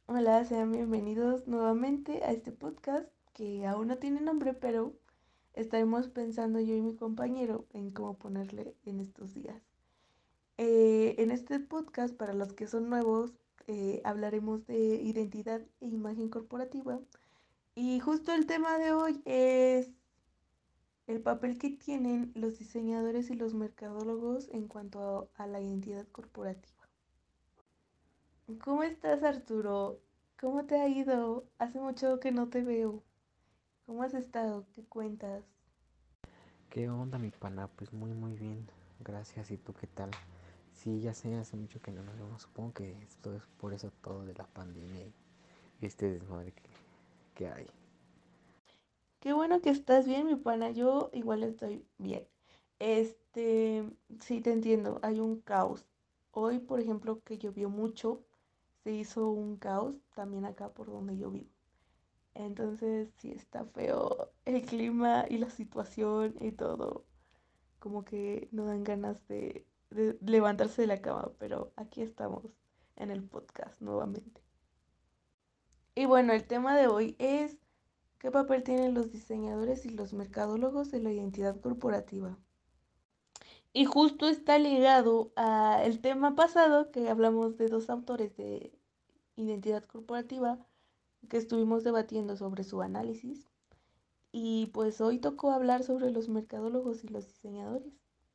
Hola, sean bienvenidos nuevamente a este podcast que aún no tiene nombre, pero estaremos pensando yo y mi compañero en cómo ponerle en estos días. En este podcast, para los que son nuevos, hablaremos de identidad e imagen corporativa. Y justo el tema de hoy es el papel que tienen los diseñadores y los mercadólogos en cuanto a la identidad corporativa. ¿Cómo estás, Arturo? ¿Cómo te ha ido? Hace mucho que no te veo. ¿Cómo has estado? ¿Qué cuentas? ¿Qué onda, mi pana? Pues muy bien, gracias. ¿Y tú qué tal? Sí, ya sé, hace mucho que no nos vemos. Supongo que esto es por eso todo de la pandemia y este desmadre que hay. Qué bueno que estás bien, mi pana. Yo igual estoy bien. Este, sí te entiendo, hay un caos. Hoy, por ejemplo, que llovió mucho, se hizo un caos también acá por donde yo vivo. Entonces, sí está feo el clima y la situación y todo. Como que no dan ganas de levantarse de la cama, pero aquí estamos en el podcast nuevamente. Y bueno, el tema de hoy es ¿qué papel tienen los diseñadores y los mercadólogos en la identidad corporativa? Y justo está ligado al tema pasado que hablamos de dos autores de identidad corporativa que estuvimos debatiendo sobre su análisis. Y pues hoy tocó hablar sobre los mercadólogos y los diseñadores.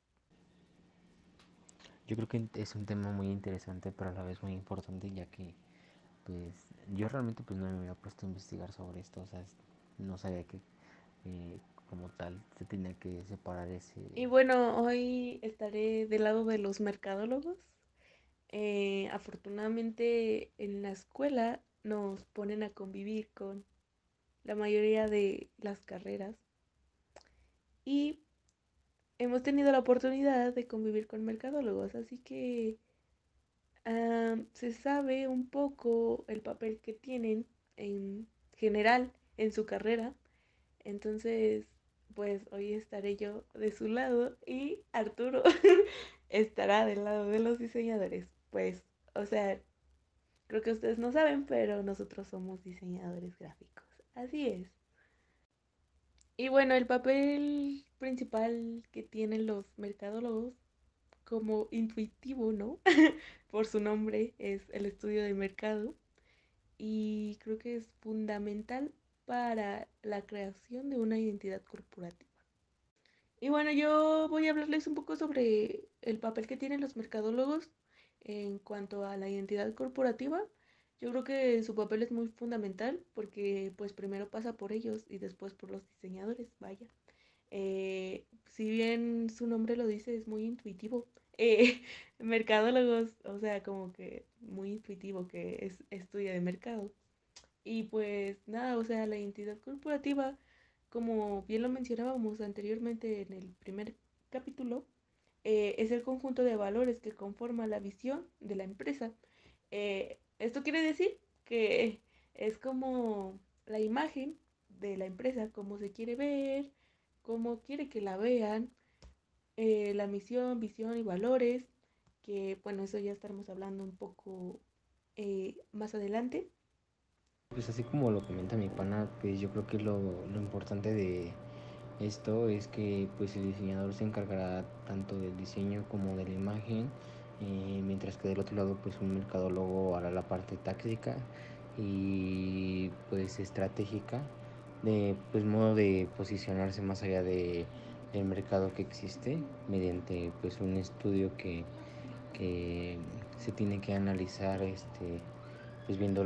Yo creo que es un tema muy interesante, pero a la vez muy importante, ya que pues yo realmente pues no me había puesto a investigar sobre esto, o sea, no sabía que eh, como tal se tenía que separar ese. Y bueno, hoy estaré del lado de los mercadólogos. Afortunadamente en la escuela nos ponen a convivir con la mayoría de las carreras y hemos tenido la oportunidad de convivir con mercadólogos, así que se sabe un poco el papel que tienen en general en su carrera. Entonces, pues hoy estaré yo de su lado y Arturo estará del lado de los diseñadores. Pues, o sea, creo que ustedes no saben, pero nosotros somos diseñadores gráficos. Así es. Y bueno, el papel principal que tienen los mercadólogos como intuitivo, ¿no? Por su nombre es el estudio de mercado y creo que es fundamental para la creación de una identidad corporativa. Y bueno, yo voy a hablarles un poco sobre el papel que tienen los mercadólogos en cuanto a la identidad corporativa. Yo creo que su papel es muy fundamental porque pues primero pasa por ellos y después por los diseñadores, vaya. Si bien su nombre lo dice, es muy intuitivo. Mercadólogos, o sea, como que muy intuitivo que es estudia de mercado. Y pues nada, o sea, la identidad corporativa, como bien lo mencionábamos anteriormente en el primer capítulo, es el conjunto de valores que conforma la visión de la empresa. Esto quiere decir que es como la imagen de la empresa, cómo se quiere ver, cómo quiere que la vean, la misión, visión y valores, que bueno, eso ya estaremos hablando un poco más adelante. Pues así como lo comenta mi pana, pues yo creo que lo importante de esto es que pues el diseñador se encargará tanto del diseño como de la imagen, mientras que del otro lado pues un mercadólogo hará la parte táctica y pues estratégica de pues modo de posicionarse más allá del mercado que existe mediante pues un estudio que se tiene que analizar pues viendo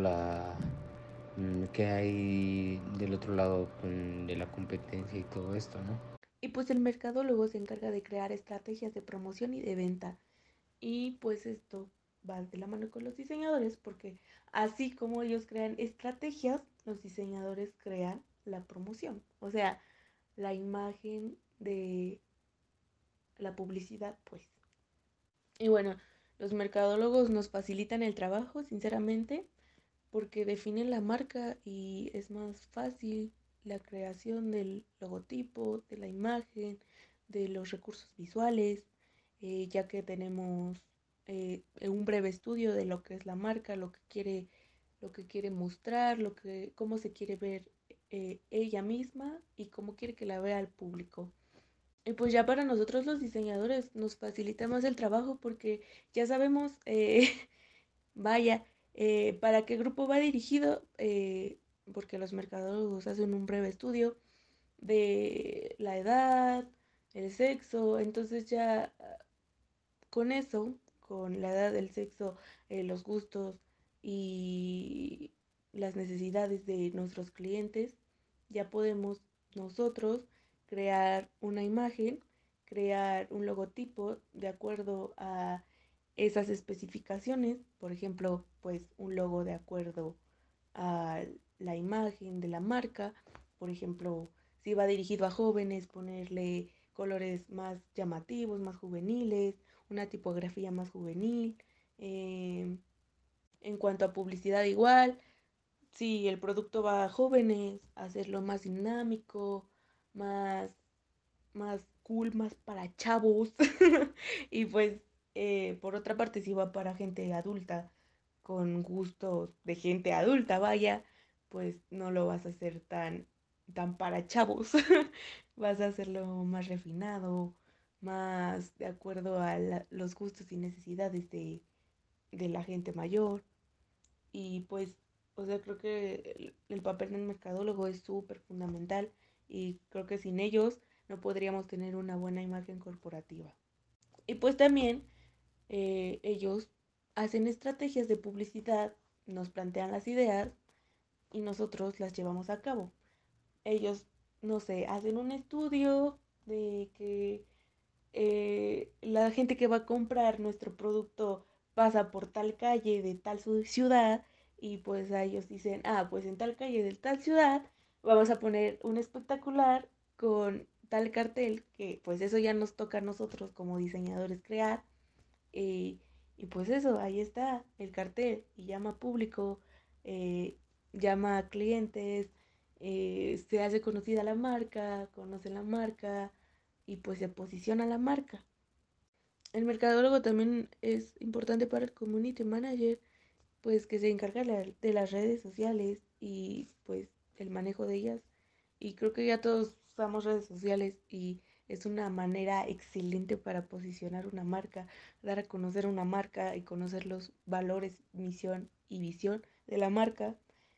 que hay del otro lado de la competencia y todo esto, ¿no? Y pues el mercadólogo se encarga de crear estrategias de promoción y de venta. Y pues esto va de la mano con los diseñadores porque así como ellos crean estrategias, los diseñadores crean la promoción. O sea, la imagen de la publicidad, pues. Y bueno, los mercadólogos nos facilitan el trabajo, sinceramente, porque definen la marca y es más fácil la creación del logotipo, de la imagen, de los recursos visuales, ya que tenemos un breve estudio de lo que es la marca, lo que quiere mostrar, cómo se quiere ver ella misma y cómo quiere que la vea el público. Y pues ya para nosotros los diseñadores nos facilita más el trabajo porque ya sabemos, vaya, para qué grupo va dirigido, porque los mercadólogos hacen un breve estudio de la edad, el sexo, entonces ya con eso, con la edad, el sexo, los gustos y las necesidades de nuestros clientes, ya podemos nosotros crear una imagen, crear un logotipo de acuerdo a esas especificaciones, por ejemplo, pues un logo de acuerdo a la imagen de la marca, por ejemplo, si va dirigido a jóvenes, ponerle colores más llamativos, más juveniles, una tipografía más juvenil. Eh, en cuanto a publicidad igual, si el producto va a jóvenes, hacerlo más dinámico, más, más cool, más para chavos. Y pues, por otra parte, si va para gente adulta, con gustos de gente adulta, vaya, pues no lo vas a hacer tan para chavos. Vas a hacerlo más refinado, más de acuerdo a los gustos y necesidades de la gente mayor. Y pues, o sea, creo que el papel del mercadólogo es súper fundamental y creo que sin ellos no podríamos tener una buena imagen corporativa. Y pues también ellos hacen estrategias de publicidad, nos plantean las ideas y nosotros las llevamos a cabo. Ellos, no sé, hacen un estudio de que la gente que va a comprar nuestro producto pasa por tal calle de tal ciudad y pues a ellos dicen, ah, pues en tal calle de tal ciudad vamos a poner un espectacular con tal cartel que pues eso ya nos toca a nosotros como diseñadores crear y, y pues eso, ahí está el cartel y llama público, eh, llama a clientes, se hace conocida la marca, conocen la marca y pues se posiciona la marca. El mercadólogo también es importante para el community manager, pues que se encarga de las redes sociales y pues el manejo de ellas. Y creo que ya todos usamos redes sociales y es una manera excelente para posicionar una marca, dar a conocer una marca y conocer los valores, misión y visión de la marca.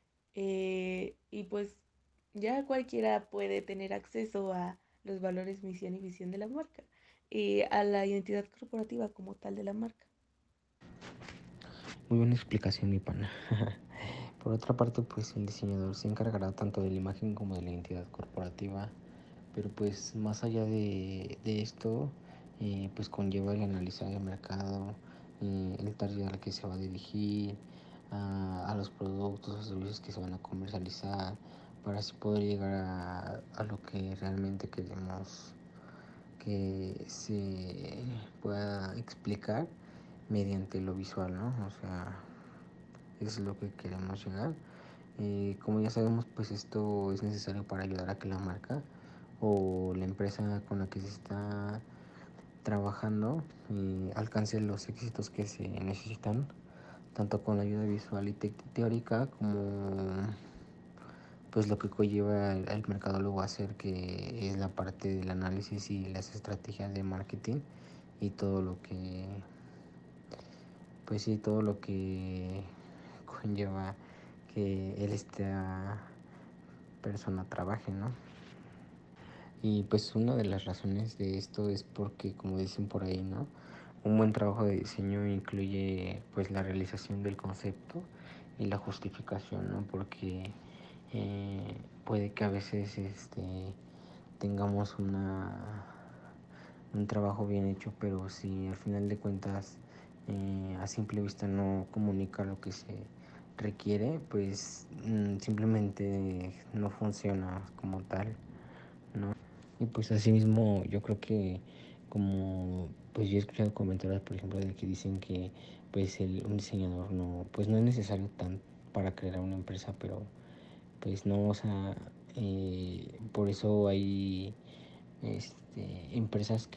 Y pues ya cualquiera puede tener acceso a los valores, misión y visión de la marca y a la identidad corporativa como tal de la marca. Muy buena explicación, mi pana. Por otra parte, pues el diseñador se encargará tanto de la imagen como de la identidad corporativa, pero pues más allá de esto, pues conlleva el analizar el mercado, el target al que se va a dirigir, a los productos o servicios que se van a comercializar, para así poder llegar a lo que realmente queremos que se pueda explicar mediante lo visual, ¿no? O sea, es lo que queremos llegar. Como ya sabemos, pues esto es necesario para ayudar a que la marca o la empresa con la que se está trabajando alcance los éxitos que se necesitan, tanto con la ayuda visual y teórica como pues lo que conlleva el mercadólogo a hacer, que es la parte del análisis y las estrategias de marketing y todo lo que pues sí, todo lo que conlleva que esta persona trabaje, ¿no? Y pues una de las razones de esto es porque, como dicen por ahí, ¿no? Un buen trabajo de diseño incluye pues la realización del concepto y la justificación, ¿no? Porque puede que a veces tengamos un trabajo bien hecho, pero si al final de cuentas a simple vista no comunica lo que se requiere, pues simplemente no funciona como tal, ¿no? Y pues asimismo yo creo que como pues yo he escuchado comentarios por ejemplo de que dicen que pues un diseñador no pues no es necesario tan para crear una empresa, pero pues no, o sea, por eso hay empresas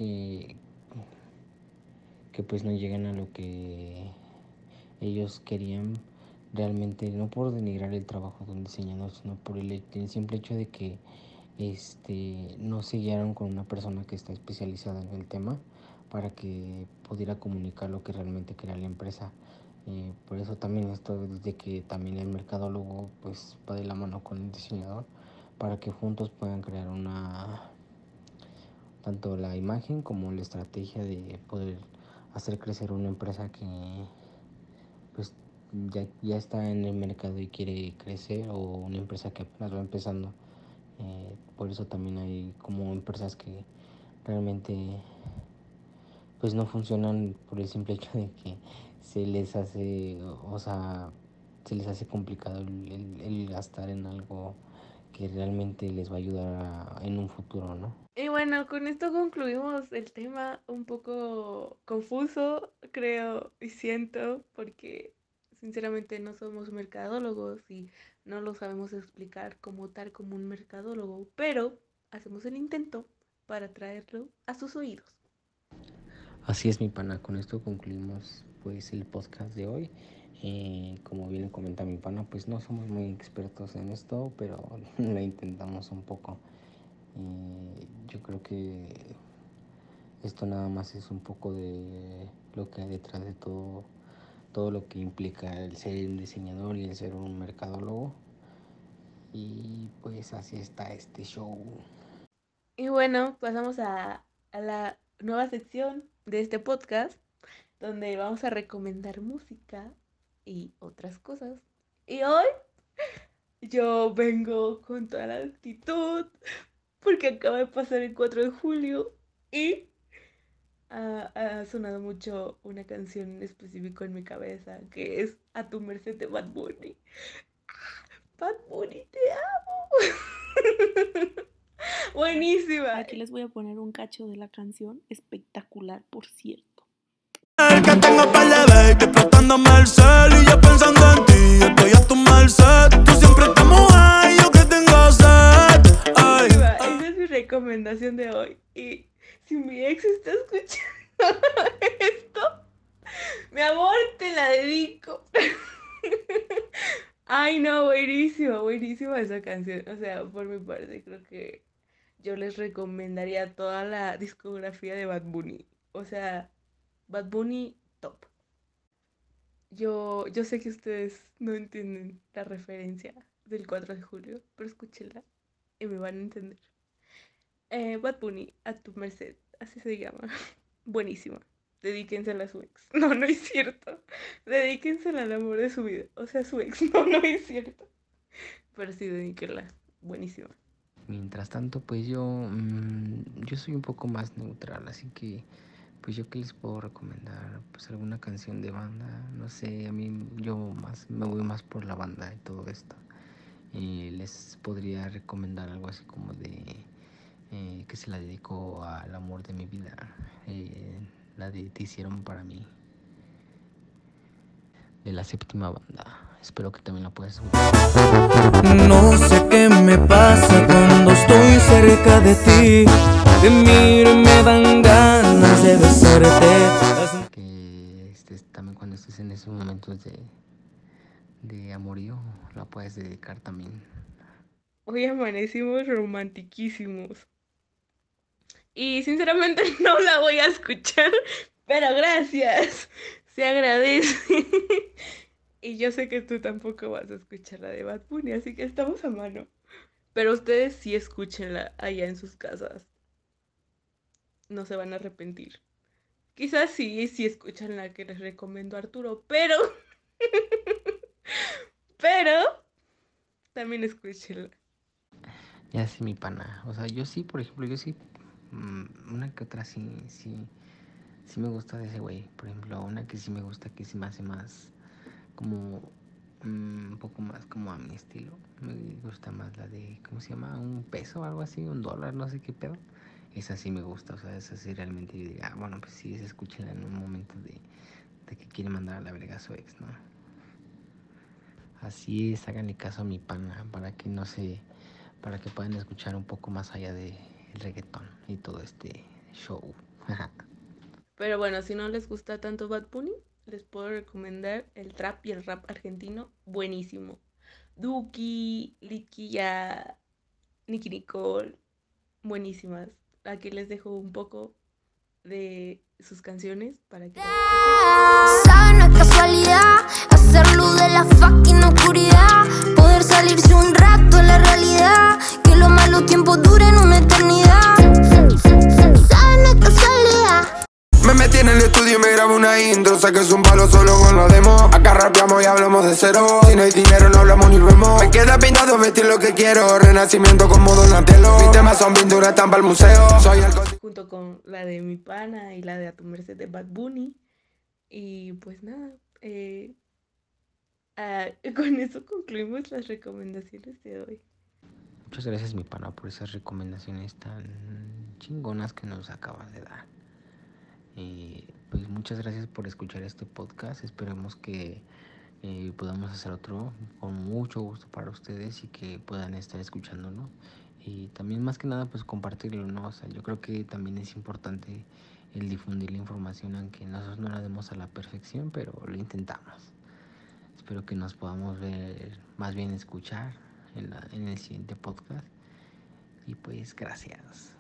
que pues no llegan a lo que ellos querían realmente no por denigrar el trabajo de un diseñador, sino por el simple hecho de que no se guiaron con una persona que está especializada en el tema para que pudiera comunicar lo que realmente quería la empresa. Por eso también esto de que también el mercadólogo pues va de la mano con el diseñador para que juntos puedan crear tanto la imagen como la estrategia de poder hacer crecer una empresa que pues ya está en el mercado y quiere crecer, o una empresa que apenas va empezando. Por eso también hay como empresas que realmente pues no funcionan por el simple hecho de que se les hace, o sea, se les hace complicado el gastar en algo que realmente les va a ayudar en un futuro, ¿no? Y bueno, con esto concluimos el tema un poco confuso, creo y siento, porque sinceramente no somos mercadólogos y no lo sabemos explicar como tal como un mercadólogo, pero hacemos el intento para traerlo a sus oídos. Así es, mi pana, con esto concluimos pues el podcast de hoy. Como bien le comenta mi pana, pues no somos muy expertos en esto, pero lo intentamos un poco. Yo creo que esto nada más es un poco de lo que hay detrás de todo lo que implica el ser un diseñador y el ser un mercadólogo. Y pues así está este show. Y bueno, pasamos a la nueva sección de este podcast, donde vamos a recomendar música y otras cosas. Y hoy yo vengo con toda la actitud porque acaba de pasar el 4 de julio y ha sonado mucho una canción en específico en mi cabeza que es A tu merced de Bad Bunny. Bad Bunny, te amo. Buenísima. Aquí les voy a poner un cacho de la canción, espectacular, por cierto. El que tengo par de baby explotándome el cel y yo pensando en ti, estoy a tu merced. Tú siempre estás mujer, yo que tengo sed. Ay. Esa es mi recomendación de hoy. Y si mi ex está escuchando esto, mi amor, te la dedico. Ay, no, buenísima, buenísima esa canción. O sea, por mi parte, creo que yo les recomendaría toda la discografía de Bad Bunny. O sea, Bad Bunny, top. Yo sé que ustedes no entienden la referencia del 4 de julio, pero escúchenla y me van a entender. Bad Bunny, a tu merced, así se llama. Buenísima. Dedíquensela a su ex. No, no es cierto. Dedíquensela al amor de su vida. O sea, su ex. No, no es cierto. Pero sí, dedíquenla. Buenísima. Mientras tanto, pues yo soy un poco más neutral, así que pues yo que les puedo recomendar, pues alguna canción de banda, no sé, a mí yo me voy más por la banda y todo esto. Les podría recomendar algo así como de que se la dedico al amor de mi vida, la de Te hicieron para mí, de la Séptima Banda. Espero que también la puedas escuchar. No sé qué me pasa cuando estoy cerca de ti. De miro y me dan ganas de besarte. Que también cuando estés en esos momentos de amorío, la puedes dedicar también. Hoy amanecimos romantiquísimos. Y sinceramente no la voy a escuchar, pero gracias. Se agradece. Y yo sé que tú tampoco vas a escuchar la de Bad Bunny, así que estamos a mano. Pero ustedes sí escúchenla allá en sus casas. No se van a arrepentir. Quizás sí escuchan la que les recomiendo Arturo, pero... pero... también escúchenla. Ya sé, mi pana. O sea, yo sí, por ejemplo, una que otra sí me gusta de ese güey. Por ejemplo, una que sí me gusta, que sí me hace más como un poco más como a mi estilo. Me gusta más la de, ¿cómo se llama? Un peso o algo así, $1, no sé qué pedo. Esa sí me gusta, o sea, esa sí realmente yo diga, bueno, pues sí, se escúchenla en un momento de que quiere mandar a la verga a su ex, ¿no? Así es, háganle caso a mi pana para que puedan escuchar un poco más allá del reggaetón y todo este show. Pero bueno, si no les gusta tanto Bad Bunny, les puedo recomendar el trap y el rap argentino, buenísimo. Duki, Litquilla, Nicki Nicole, buenísimas. Aquí les dejo un poco de sus canciones para que las escuchen. Sabe, no es casualidad hacer luz de la fucking oscuridad, poder salirse un rato en la realidad, que los malos tiempos duren una eternidad. Sabe, no es casualidad. Me metí en el estudio y me grabo una intro. Sé que es un palo solo con la demo. Acá rapeamos y hablamos de cero. Si no hay dinero no hablamos ni vemos. Me queda pintado vestir lo que quiero. Renacimiento como Donatello. Mis temas son pinturas, están para el museo. Soy el junto con la de Mi Pana y la de A Tu Merced de Bad Bunny. Y pues nada, con eso concluimos las recomendaciones de hoy. Muchas gracias, mi pana, por esas recomendaciones tan chingonas que nos acabas de dar. Pues muchas gracias por escuchar este podcast. Esperemos que podamos hacer otro con mucho gusto para ustedes y que puedan estar escuchándolo. Y también más que nada pues compartirlo, ¿no? O sea, yo creo que también es importante el difundir la información, aunque nosotros no la demos a la perfección, pero lo intentamos. Espero que nos podamos ver, más bien escuchar en el siguiente podcast. Y pues gracias.